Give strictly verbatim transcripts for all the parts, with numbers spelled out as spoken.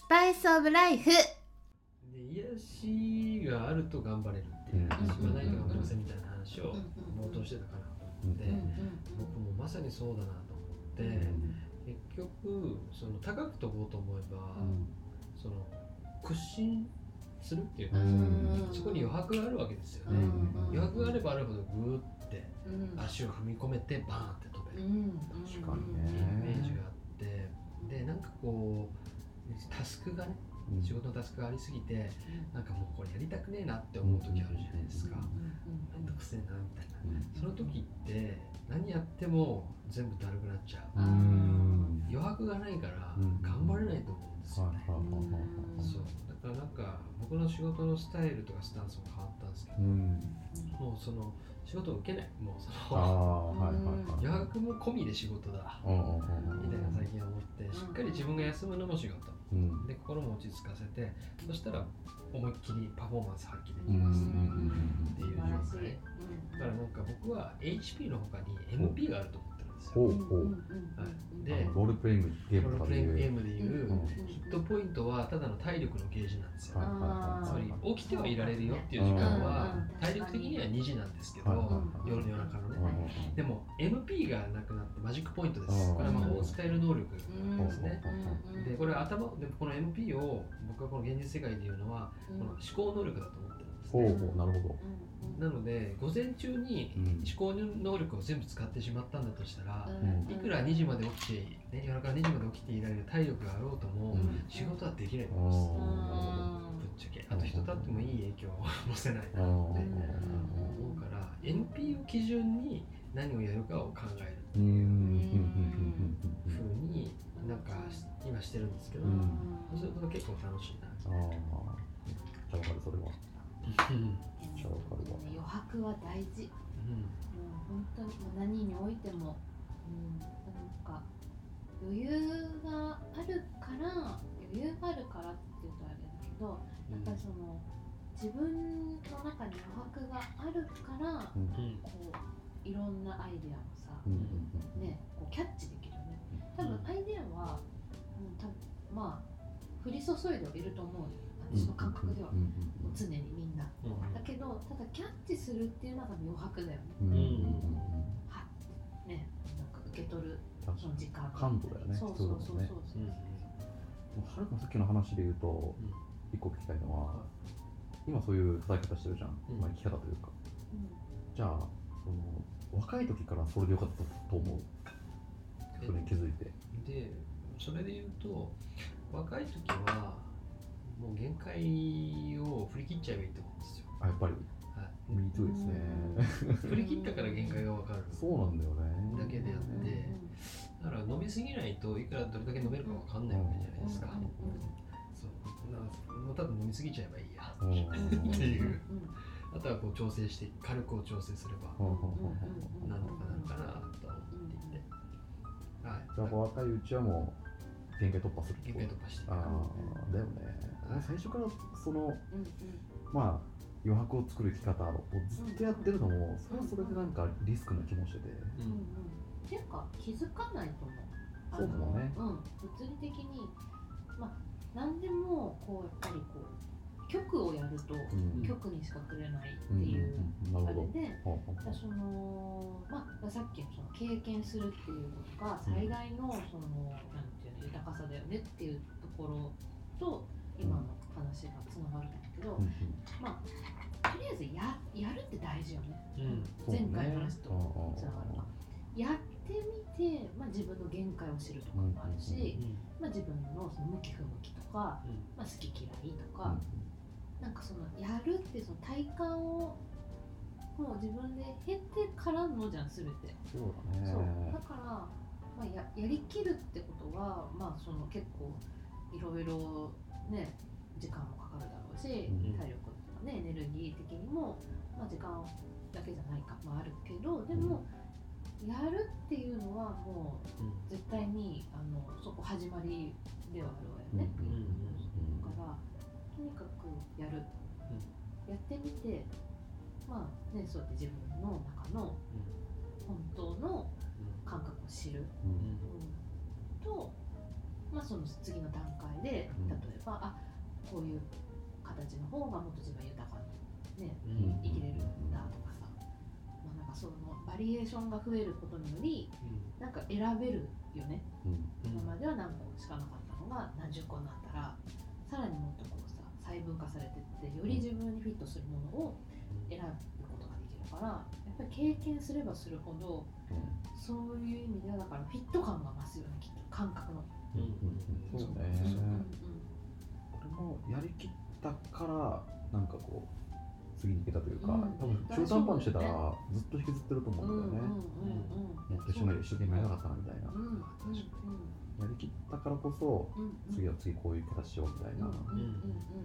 パイスオブライフ。 で癒しがあると頑張れるっていう話がないと頑張れませんみたいな話を冒頭してたかなと思って、僕もまさにそうだなと思って、結局その高く飛ぼうと思えば、その屈伸するっていうか、そこに余白があるわけですよね。余白があればあるほどグーって足を踏み込めてバーンって飛べる、 確かにね、 イメージがあって、でなんかこうタスクがね、仕事のタスクがありすぎて、なんかもうこれやりたくねえなって思う時あるじゃないですか。めんどくせえなみたいな、その時って何やっても全部だるくなっちゃう。余白がないから頑張れないと思うんですよね。そうだからなんか僕の仕事のスタイルとかスタンスも変わったんですけど、もうその仕事を受けない、もうその余白も込みで仕事だみたいな最近思って、しっかり自分が休むのも仕事で、心も落ち着かせて、そしたら思いっきりパフォーマンス発揮できますっていう状態だから、なんか僕は エイチピー の他に エムピー があると思ってるんですよ。 ほうほう、 でロールプレイングゲームとかでいうロールプレイングゲームでいうヒットポイントはただの体力のゲージなんですよ。つまり起きてはいられるよっていう時間は体力的にはにじなんですけど、夜の夜中のね。でも エムピー がなくなってマジックポイントです。これは魔法を使える能力ですね。でこれは頭でこの エムピー を僕はこの現実世界でいうのはこの思考能力だと思ってるんですね。 ほうほう、なるほど。 なので午前中に思考能力を全部使ってしまったんだとしたら、いくらにじまで起きて、ね、夜中にじまで起きていられる体力があろうとも、仕事はできないと思います。ぶっちゃけあと人と会ってもいい影響を及ぼせないなって思うから、 エヌピー を基準に何をやるかを考えるっていうふうになんか今してるんですけど、そうすると結構楽しいな。 ああ、じゃあ分かる、それは。じゃあ分かるわ。 余白は大事。うん、もう本当に何においても、うん、なんか余裕があるから余裕があるからっていうとあれだけど、やっぱりその自分の中に余白があるから、うん、こういろんなアイデアをさ、うん、ね、こうキャッチできるよね。多分アイデアは、うん、多分まあ降り注いではいると思う。私の感覚では、うん、常にみんな、うん、だけどただキャッチするっていうのが余白だよね。うん、はっね、なんか受け取るその時間感度だよね。 そうそうそうそうそう。 はるかさっきの話で言うと、一個聞きたいのは、今そういう働き方してるじゃん、うん、まあ生き方というか、うん、じゃあその若い時からそれでよかったと思う。それに気づいて。 で、それで言うと若い時はもう限界を振り切っちゃえばいいと思うんですよ。 あ、やっぱり。はい。ミートゥーですね。 振り切ったから限界が分かる。 そうなんだよね。 だけであって、だから飲みすぎないといくらどれだけ飲めるか分かんないわけじゃないですか。そうなもうただ飲みすぎちゃえばいいやっていう。あとはこう調整して火力を調整すればなんとかなるかなと思っていて。 はい。じゃあ若いうちはもう。限界突破する。 限界突破して。 ああ、だよね。最初からその、まあ余白を作る生き方をずっとやってるのも、それはそれでなんかリスクな気もしてて。 っていうか気づかないと思う。 そうかもね。 うん、物理的に、まあ何でもこうやっぱりこう局をやると局にしかくれないっていうあれで、そのまあさっきのその経験するっていうことが最大のそのなんていうの豊かさだよねっていうところと今の話がつながるんだけど、まあとりあえずややるって大事よね。前回の話とつながるか。やってみて、まあ、自分の限界を知るとかもあるし、まあ、自分のその向き不向きとか、まあ、好き嫌いとか、なんかそのやるってその体感をもう自分で経てからのじゃん全て。 そうだね。 そうだから、まあ、や, やりきるってことは、まあ、その結構いろいろね時間もかかるだろうし、うん、体力とかねエネルギー的にも、まあ、時間だけじゃないかもあるけど、でも、うん、やるっていうのはもう絶対にあのそこ始まりではあるわよね。うんうん、だからとにかくやる、うん、やってみて、まあね、そうやって自分の中の本当の感覚を知る、うんうん、とまあ、その次の段階で例えば、あこういう形の方がもっと自分豊かに、ね、生きれるんだとかさ、まあ、なんかそのバリエーションが増えることにより、なんか選べるよね、うん、今までは何個しかなかったのが何十個になったらさらにもっとこうさ細分化されてってより自分にフィットするものを選ぶことができるから、やっぱり経験すればするほど、うん、そういう意味ではだからフィット感が増すよね、きっと感覚の。 うんうん、そうね、うんうん、俺もやりきったからなんかこう次に行けたというか、うん、多分中途半端にしてたらずっと引きずってると思うんだよね。もっと一緒に一生懸命やらなかったなみたいな、うんうん、やりきったからこそ、うん、次は次こういう形しようみたいな、うんうん、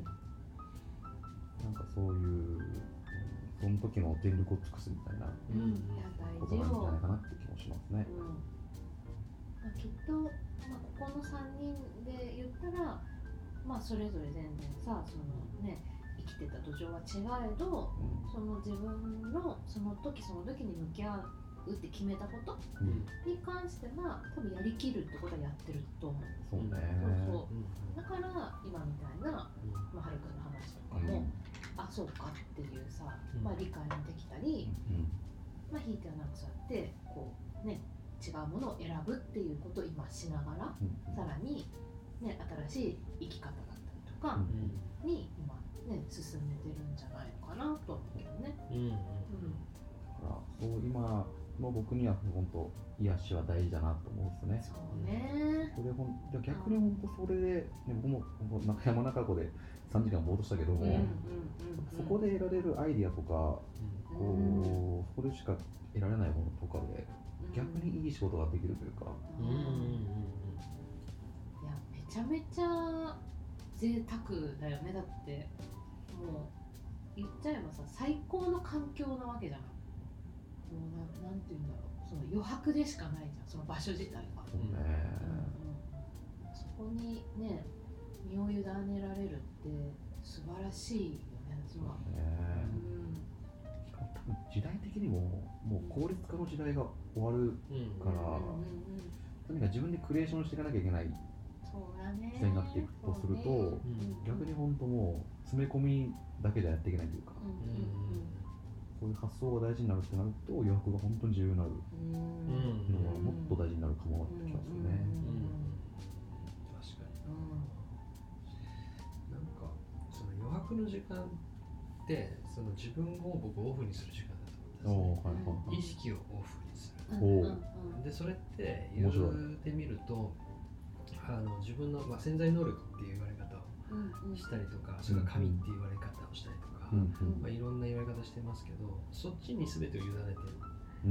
なんかそういう、うん、その時の全力を尽くすみたいなことなんじゃないかなって気もしますね。 うんまあ、きっと、まあ、ここのさんにんで言ったら、まあ、それぞれ全然さそのね生きてた土壌は違えど、うん、その自分のその時その時に向き合うって決めたことに関しては、うん、多分やりきるってことはやってると思う。 そうね。 そうそう。だから今みたいな、まあ、はるくんの話とかも、うん、あそうかっていうさ、まあ、理解もできたり、うん、まあひいてはなんかそうやってこうね違うものを選ぶっていうことを今しながら、うん、さらにね新しい生き方だったりとかに今ね、進めてるんじゃないのかなと思うけどね。うんうんうん、だからそう今の僕には本当癒しは大事だなと思うんですね。 そうね。 それほん逆に本当それで、ね、僕もなんか山中湖でさんじかんぼーっとしたけども、うんうんうんうん、そこで得られるアイディアとか、うん、こうそこでしか得られないものとかで、うん、逆にいい仕事ができるというか。うんうんうんうん、 いやめちゃめちゃ贅沢だよね。だってもう言っちゃえばさ最高の環境なわけじゃない。もう な, なんていうんだろう、その余白でしかないじゃん、その場所自体が。 そうね、 うんうん、そこにね身を委ねられるって素晴らしいよね。 そうね、うん、しかも多分時代的にももう効率化の時代が終わるから、とにかく自分でクリエーションしていかなきゃいけない時代になっていくとすると、ね、逆に本当もう詰め込みだけでやっていけないというか、うんうんうん、そういう発想が大事になるってなると余白が本当に重要になるのはもっと大事になるかもって気がするね。 確かに、うん、なんかその余白の時間ってその自分を僕オフにする時間だと思ってますね、はいはいはい、意識をオフにする、うんうん、でそれって言ってみるとあの自分の、まあ、潜在能力っていう言われ方をしたりとか、うんうん、それが神っていう言われ方をしたりとか、うんうん、まあ、いろんな言われ方してますけど、そっちに全てを委ねてる、うん、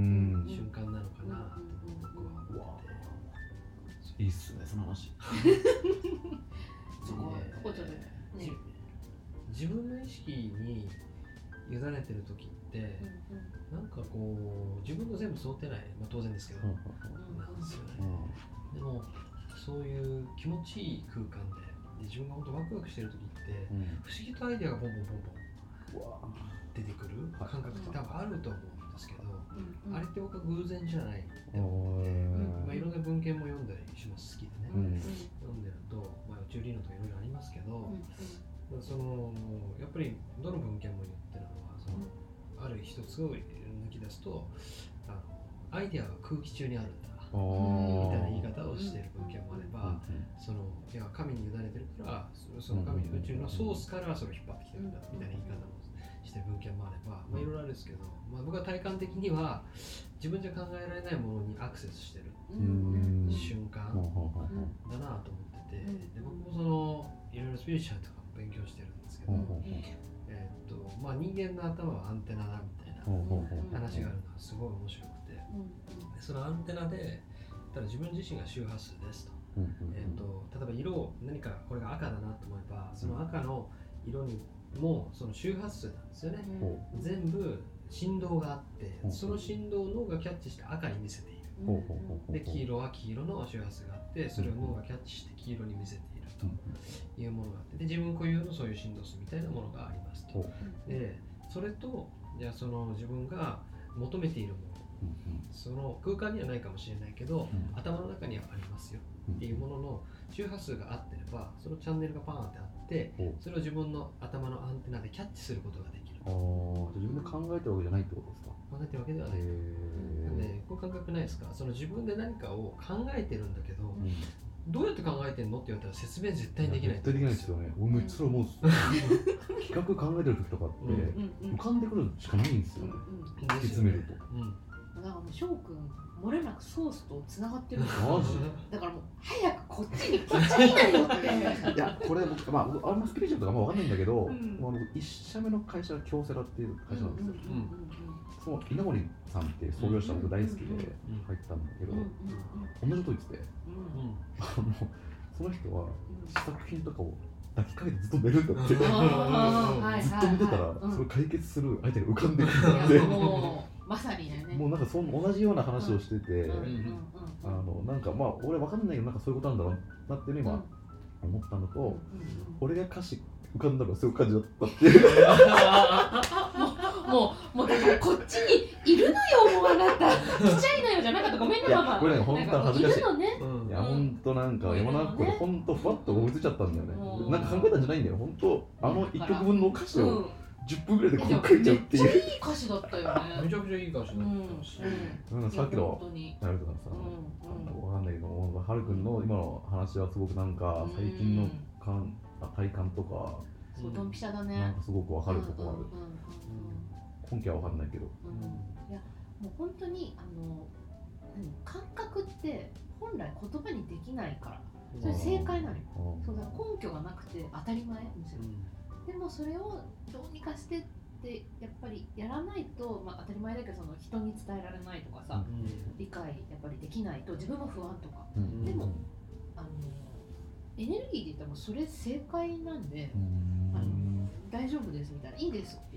瞬間なのかなと僕は思ってて、 いいっすねその話そこここちょっとね、 自分の意識に委ねてる時って、うんうん、なんかこう自分が全部想定内、まあ、当然ですけど、うん、なんですよね、うん、でもそういう気持ちいい空間で、で自分が本当ワクワクしてる時って、うん、不思議とアイデアがボンボンボンボン出てくる感覚って多分あると思うんですけど、うんうん、あれって僕は偶然じゃないって思って、うんまあ、いろんな文献も読んだりします。好きでね、うん、読んでると、まあ、宇宙理論とかいろいろありますけど、うんうん、そのやっぱりどの文献も言ってるのはその、ある一つを抜き出すとあのアイデアが空気中にあるんだみたいな言い方をしている文献もあれば、そのいや神に委ねてるからその神の宇宙のソースからそれを引っ張ってきてるんだみたいな言い方をしてる文献もあれば、まあ、いろいろあるんですけど、まあ、僕は体感的には自分じゃ考えられないものにアクセスしてる瞬間だなと思ってて、で僕もそのいろいろスピリチュアルとかも勉強してるんですけど、えーっとまあ、人間の頭はアンテナだみたいな話があるのはすごい面白くて、そのアンテナでただ自分自身が周波数ですと、えー、と例えば色を何かこれが赤だなと思えばその赤の色にもその周波数なんですよね、うん、全部振動があって、うん、その振動を脳がキャッチして赤に見せている、うん、で黄色は黄色の周波数があってそれを脳がキャッチして黄色に見せているというものがあって、で自分固有のそういう振動数みたいなものがありますと、でそれとじゃあその自分が求めているもの、その空間にはないかもしれないけど、うん、頭の中にはありますよっていうものの周波数が合ってればそのチャンネルがパーンってあってそれを自分の頭のアンテナでキャッチすることができる。 ああ、自分で考えてるわけじゃないってことですか。 考えてるわけではない。なんでこういう感覚ないですか。その自分で何かを考えてるんだけど、うん、どうやって考えてんのって言われたら説明絶対できない。 絶対できないですよね。俺めっちゃそれ思うんですよ。企画考えてる時とかって浮かんでくるしかないんですよね。突き詰めると。 だからもう翔くん漏れなくソースとつながってるんですよ。マジだからもう早くこっちに来ちゃいなよっていやこれ僕、まあ、あんまスピリチュアルとかあんま分かんないんだけど、うん、あのいち社目の会社は京セラっていう会社なんですよ。その稲森さんって創業者僕大好きで入ったんだけど、同じこと言ってて、あのその人は試作品とかを抱きかけてずっと寝るんだって。ずっと見てたらそれを解決する相手が浮かんでくるんで。 まさにね。 もうなんかその同じような話をしてて、あのなんかまあ俺わかんないけどなんかそういうことなんだろうなっていうの今思ったのと、俺が歌詞浮かんだのはそういう感じだったっていう。 もうもうだからこっちにいるのよもうあなた。来ちゃいなよじゃなかった。ごめんねママ。 これね本当恥ずかしい。 いるのね。 いや本当なんか山中湖で本当ふわっと思いついちゃったんだよね。なんか考えたんじゃないんだよ。本当あの一曲分の歌詞を。じゅっぷんぐらいでこう書いちゃうっていう。 めっちゃいい歌詞だったよね。 めちゃくちゃいい歌詞だったし。 うん、さっきのあれとかさ、わかんないけど、はるくんの今の話はすごくなんか最近の感体感とか、 そうドンピシャだね。 なんかすごくわかるところある。根拠はわかんないけど。 いやもう本当にあの感覚って本来言葉にできないから、それ正解なのよ。そうだ根拠がなくて当たり前むしろ。でもそれをどうにかしてってやっぱりやらないと、まあ、当たり前だけどその人に伝えられないとかさ、うん、理解やっぱりできないと自分も不安とか、うん、でもあのエネルギーで言ったらもうそれ正解なんで、うん、あの大丈夫ですみたいないいですっていう、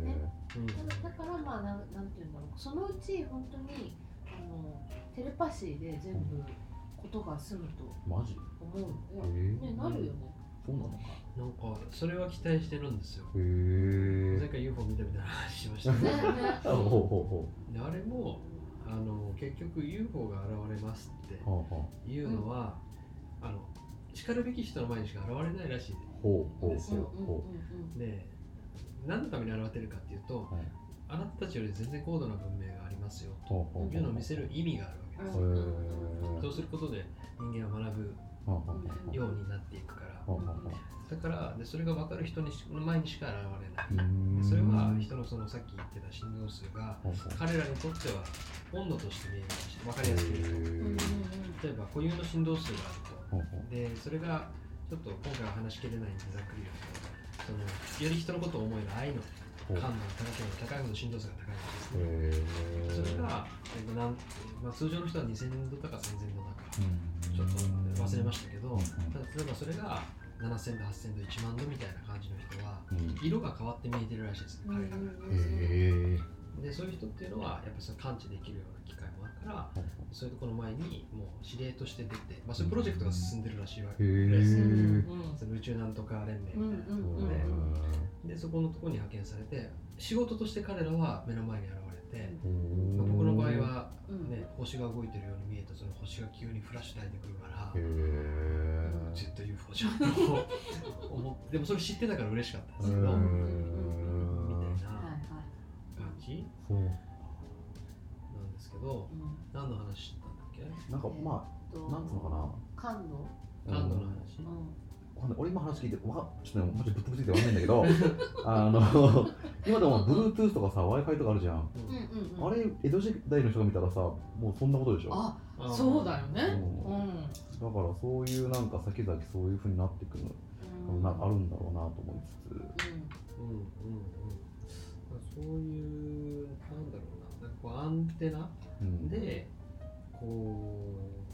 ね、だからまあな ん, なんていうんだろうそのうち本当にあのテレパシーで全部ことが済むと思う。いや、ね、なるよね。 そうなのか。 なんかそれは期待してるんですよ。 へー。 前回 ユーフォー 見たみたいな話しましたね。あれもあの結局 ユーフォー が現れますっていうのは、うん、あの叱るべき人の前にしか現れないらしいんですよ。で、何のために現れてるかっていうと、はい、あなたたちより全然高度な文明がありますよというのを見せる意味があるわけです。そうすることで人間は学ぶようになっていくから、だからでそれが分かる人にしの前にしか現れない。それは人のそのさっき言ってた振動数が彼らにとっては温度として見えるらしい。分かりやすく言うと、例えば固有の振動数があると、でそれがちょっと今回は話しきれないんでざっくり言うと、そのより人のことを思える愛の感度が高ければ高いほど振動数が高いんですね。それが、えーなんまあ、通常の人はにせんどとかさんぜんどだからちょっと忘れましたけど、例えばそれがななせんど、はっせんど、いちまんどみたいな感じの人は、うん、色が変わって見えてるらしいですね、彼らが。へでそういう人っていうのはやっぱりその感知できるような機会もあるから、うん、そういうところの前にもう指令として出て、まあ、そういうプロジェクトが進んでるらしいわけです。その宇宙なんとか連盟みたいなところで、でそこのところに派遣されて仕事として彼らは目の前に現れて、まあ、僕の場合は、ね、星が動いてるように見えたその星が急にフラッシュ焚いてくるから、ジェット ユーフォー じゃんと思って、でもそれ知ってたから嬉しかったですけど、みたいな感じなんですけど、何の話したんだっけ？ なんかまあ、なんつうのかな、 感度感度の話。 俺今話聞いて、わちょっとマジぶっ飛びついてわかんないんだけどあの今でも Bluetooth とかさ Wi-Fi とかあるじゃん、うんうんうん、あれ江戸時代の人が見たらさもうそんなことでしょ。 あ、そうだよね、うんうん、 だからそういうなんか先々そういう風になってくるの、うん、なあるんだろうなと思いつつ、うんうんうん、 そういうなんだろうな、なんかこうアンテナで、うん、こう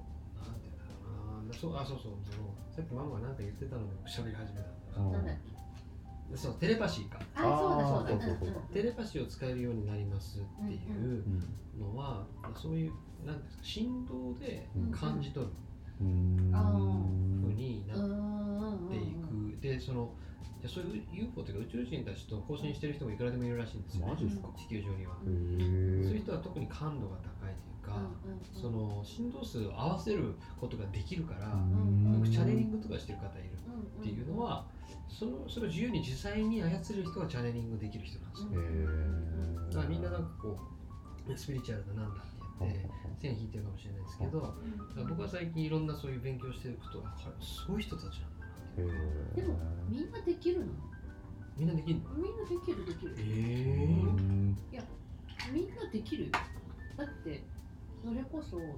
そうあそうそうそのさっきママが何か言ってたので喋り始めたんだ。なんだっけ？そうテレパシーか。 あ、そうだそうだ。そうそうそうテレパシーを使えるようになりますっていうのは、うんうん、そういうなんですか振動で感じ取るふうになっていく。でそのそういう ユーフォー というか宇宙人たちと交信してる人もいくらでもいるらしいんですよ、ね。 マジですか？ 地球上には。そういう人は特に感度が高いというか、 その振動数を合わせることができるから、 うんよくチャネリングとかしてる方いるっていうのは、そのそれを自由に実際に操る人がチャネリングできる人なんですよ。だからみんななんかこうスピリチュアルななんだって言って線引いてるかもしれないですけど、僕は最近いろんなそういう勉強していくと、あ、これすごい人たちなんだなって。 でもみんなできるの？ みんなできるの？ みんなできるできる。 えー、いやみんなできるよ。だってそれこそ、うん、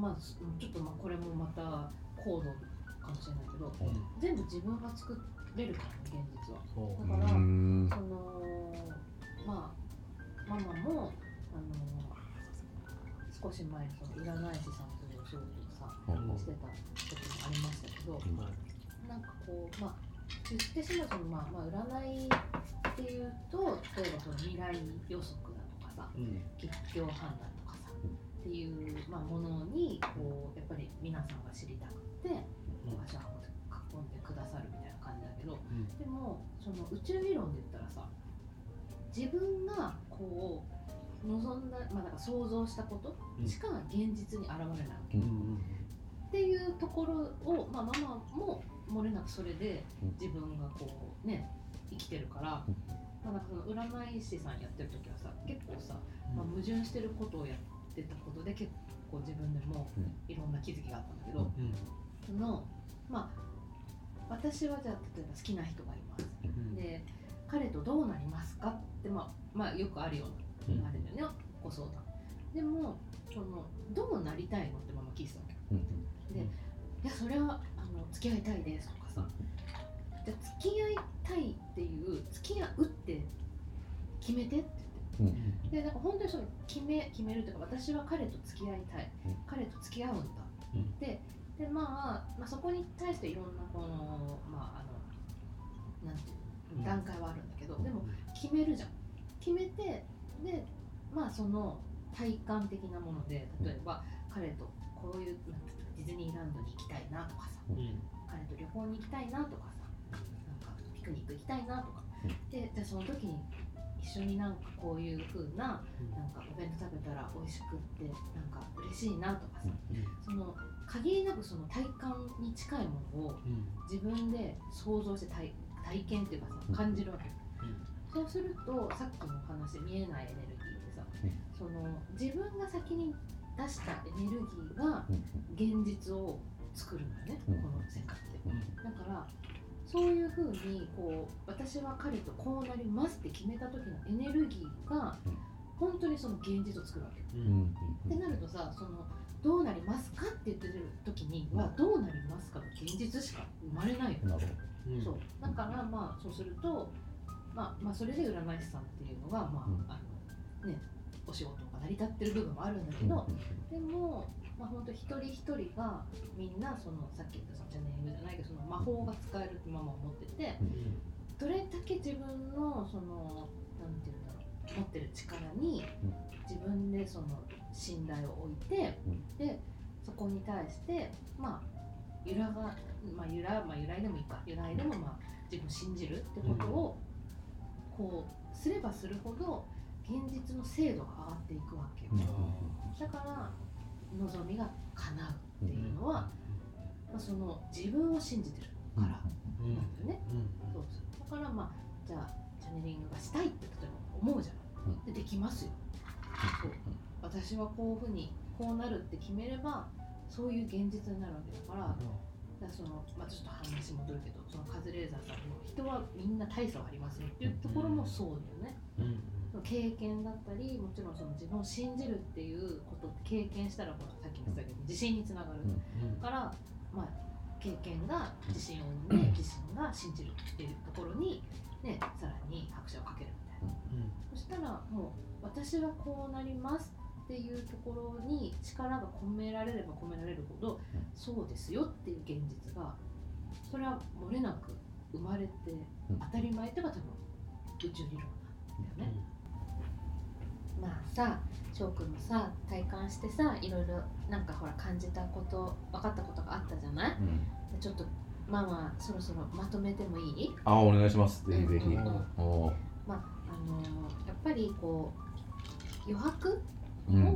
まあちょっとまあこれもまた高度かもしれないけど、うん、全部自分が作れるからね、現実は。だからそのまあママもあの少し前にその占い師さんというお仕事をさ、うん、してた時もありましたけど、うん、なんかこうまあ言ってしまうと、まあまあ占いっていうと、例えばその未来予測だとかさ、うん、吉凶判断とかさ、うん、っていう、まあ、ものにこうやっぱり皆さんが知りたくて、うん、私は書き込んでくださるみたいな感じだけど、うん、でもその宇宙理論で言ったらさ、自分がこう望んだ、まあ、だから想像したことしか現実に現れないわけ、うん、っていうところを、まあ、ママも漏れなくそれで自分がこうね生きてるから、まあ、なんかその占い師さんやってる時はさ、結構さ、まあ、矛盾してることをやってたことで結構自分でもいろんな気づきがあったんだけど、うん、そのまあ私はじゃあ例えば好きな人がいます、うん、で彼とどうなりますかって、まあ、まあよくあるようなあれだよね、ご相談でもそのどうなりたいのってママ聞いてたわけ、うん、でいやそれはあの付き合いたいですとかさ、じゃあ付き合いたいっていう付き合うって決めてって言って、うん、でなんか本当にその決め決めるというか、私は彼と付き合いたい、うん、彼と付き合うんだ、うん、でで、まあ、まあそこに対していろんなこのまああのなんていう段階はあるんだけど、でも決めるじゃん。決めてでまあその体感的なもので、例えば彼とこういうディズニーランドに行きたいなとかさ、うん、彼と旅行に行きたいなとかさ、なんかピクニック行きたいなとか、うん、でじゃあその時に一緒になんかこういう風な、うん、なんかお弁当食べたら美味しくってなんか嬉しいなとかさ、うん、その限りなくその体感に近いものを自分で想像して 体, 体験っていうかさ感じるわけ、うん、そうするとさっきの話見えないエネルギーでさ、うん、その自分が先に出したエネルギーが現実を作るんだよね、うん、この世界って、うん、だからそういう風にこう私は彼とこうなりますって決めた時のエネルギーが本当にその現実を作るわけ、うん、ってなるとさ、そのどうなりますかって言ってる時には、うん、どうなりますかの現実しか生まれないよ、うん、そうだからまあそうすると、まあ、まあそれで占い師さんっていうのが、まあ、うん、あのねお仕事が成り立ってる部分もあるんだけど、でも、まあ、本当一人一人がみんなそのさっき言ったそのチャネリングじゃないけどその魔法が使えるってママ思ってて、どれだけ自分のそのなんていうんだろう持ってる力に自分でその信頼を置いて、でそこに対してまあ揺らがまあ揺らまあ揺らいでもいいか揺らいでもまあ自分を信じるってことをこうすればするほど現実の精度が上がっていくわけよ、うん、だから望みが叶うっていうのは、まあ、その自分を信じてるからなんだよね、うん、そうそうだからまあじゃあチャネリングがしたいって例えば思うじゃないでできますよ、そう私はこういうふうにこうなるって決めればそういう現実になるわけだから、だからそのまあ、ちょっと話戻るけどそのカズレーザーさんの人はみんな大差はありますよっていうところもそうだよね、うん経験だったりもちろんその自分を信じるっていうことって経験したらほらさっきも言ったけど自信につながる、うん、から、まあ、経験が自信を生んで自信が信じるっていうところに、ね、さらに拍車をかけるみたいな、うん、そしたらもう私はこうなりますっていうところに力が込められれば込められるほどそうですよっていう現実がそれは漏れなく生まれて当たり前っていうのが多分宇宙理論なんだよね、うんまあさ、翔くんもさ体感してさいろいろなんかほら感じたこと分かったことがあったじゃない、うん、ちょっとママそろそろまとめてもいい？ あ、お願いします。ぜひぜひ、うんうんうん、 まああのー、やっぱりこう余白を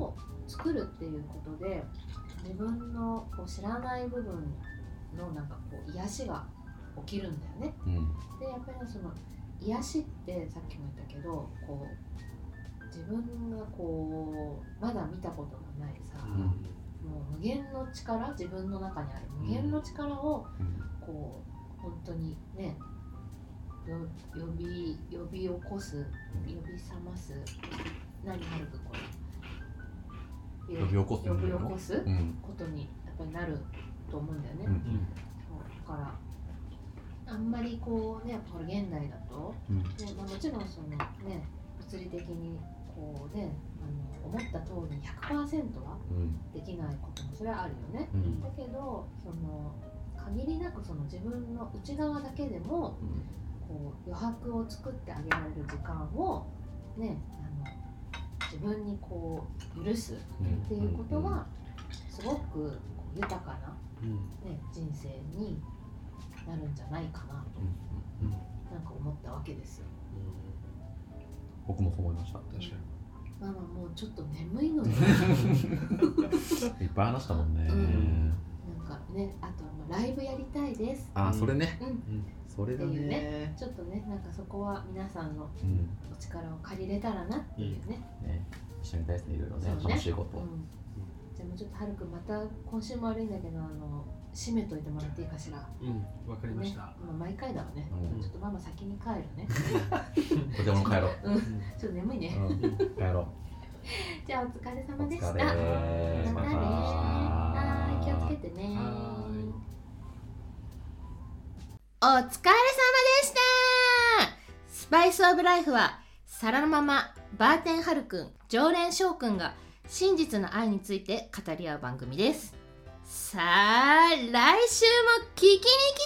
作るっていうことで自分のこう知らない部分のなんかこう癒しが起きるんだよね、うん、でやっぱりその癒しってさっきも言ったけどこう自分がこうまだ見たことのないさ、うん、もう無限の力、自分の中にある無限の力をこう本当にね呼び呼び起こす、呼び覚ます何はるくこれ呼び起こす呼び起こすことにやっぱりなると思うんだよね、うんうん、そうだからあんまりこうねこれ現代だと、うんねまあ、もちろんそのね物理的にこうねあの思った通りに ひゃくパーセント はできないこともそれはあるよね、うん、だけどその限りなくその自分の内側だけでも、うんこう余白を作ってあげられる時間を、ね、あの自分にこう許すっていうことはすごく豊かな、ね、人生になるんじゃないかなと、うん、なんか思ったわけですよ、 うん、僕もそう思いました。確かにママもうちょっと眠いのよいっぱい話したもんね、うん、 なんかねあとライブやりたいです。 あ、それね、 うんうんそれだ ね, ねちょっとねなんかそこは皆さんのお力を借りれたらなっていうね、うんね一緒に大好きでいろいろね楽しいこと、うん、 じゃあもうちょっとはるくんまた今週も悪いんだけどあの締めといてもらっていいかしら。 うんわかりました、ねまあ、毎回だわね、うん、ちょっとママ先に帰るねこちらも帰ろう、 うん、ちょっと眠いね、 うん、帰ろうじゃあお疲れ様でした。 お疲れまたねはい気をつけてね。お疲れ様でした。スパイスオブライフはサラのままバーテンハルくん、常連翔くんが真実の愛について語り合う番組です。さあ来週も聞きに来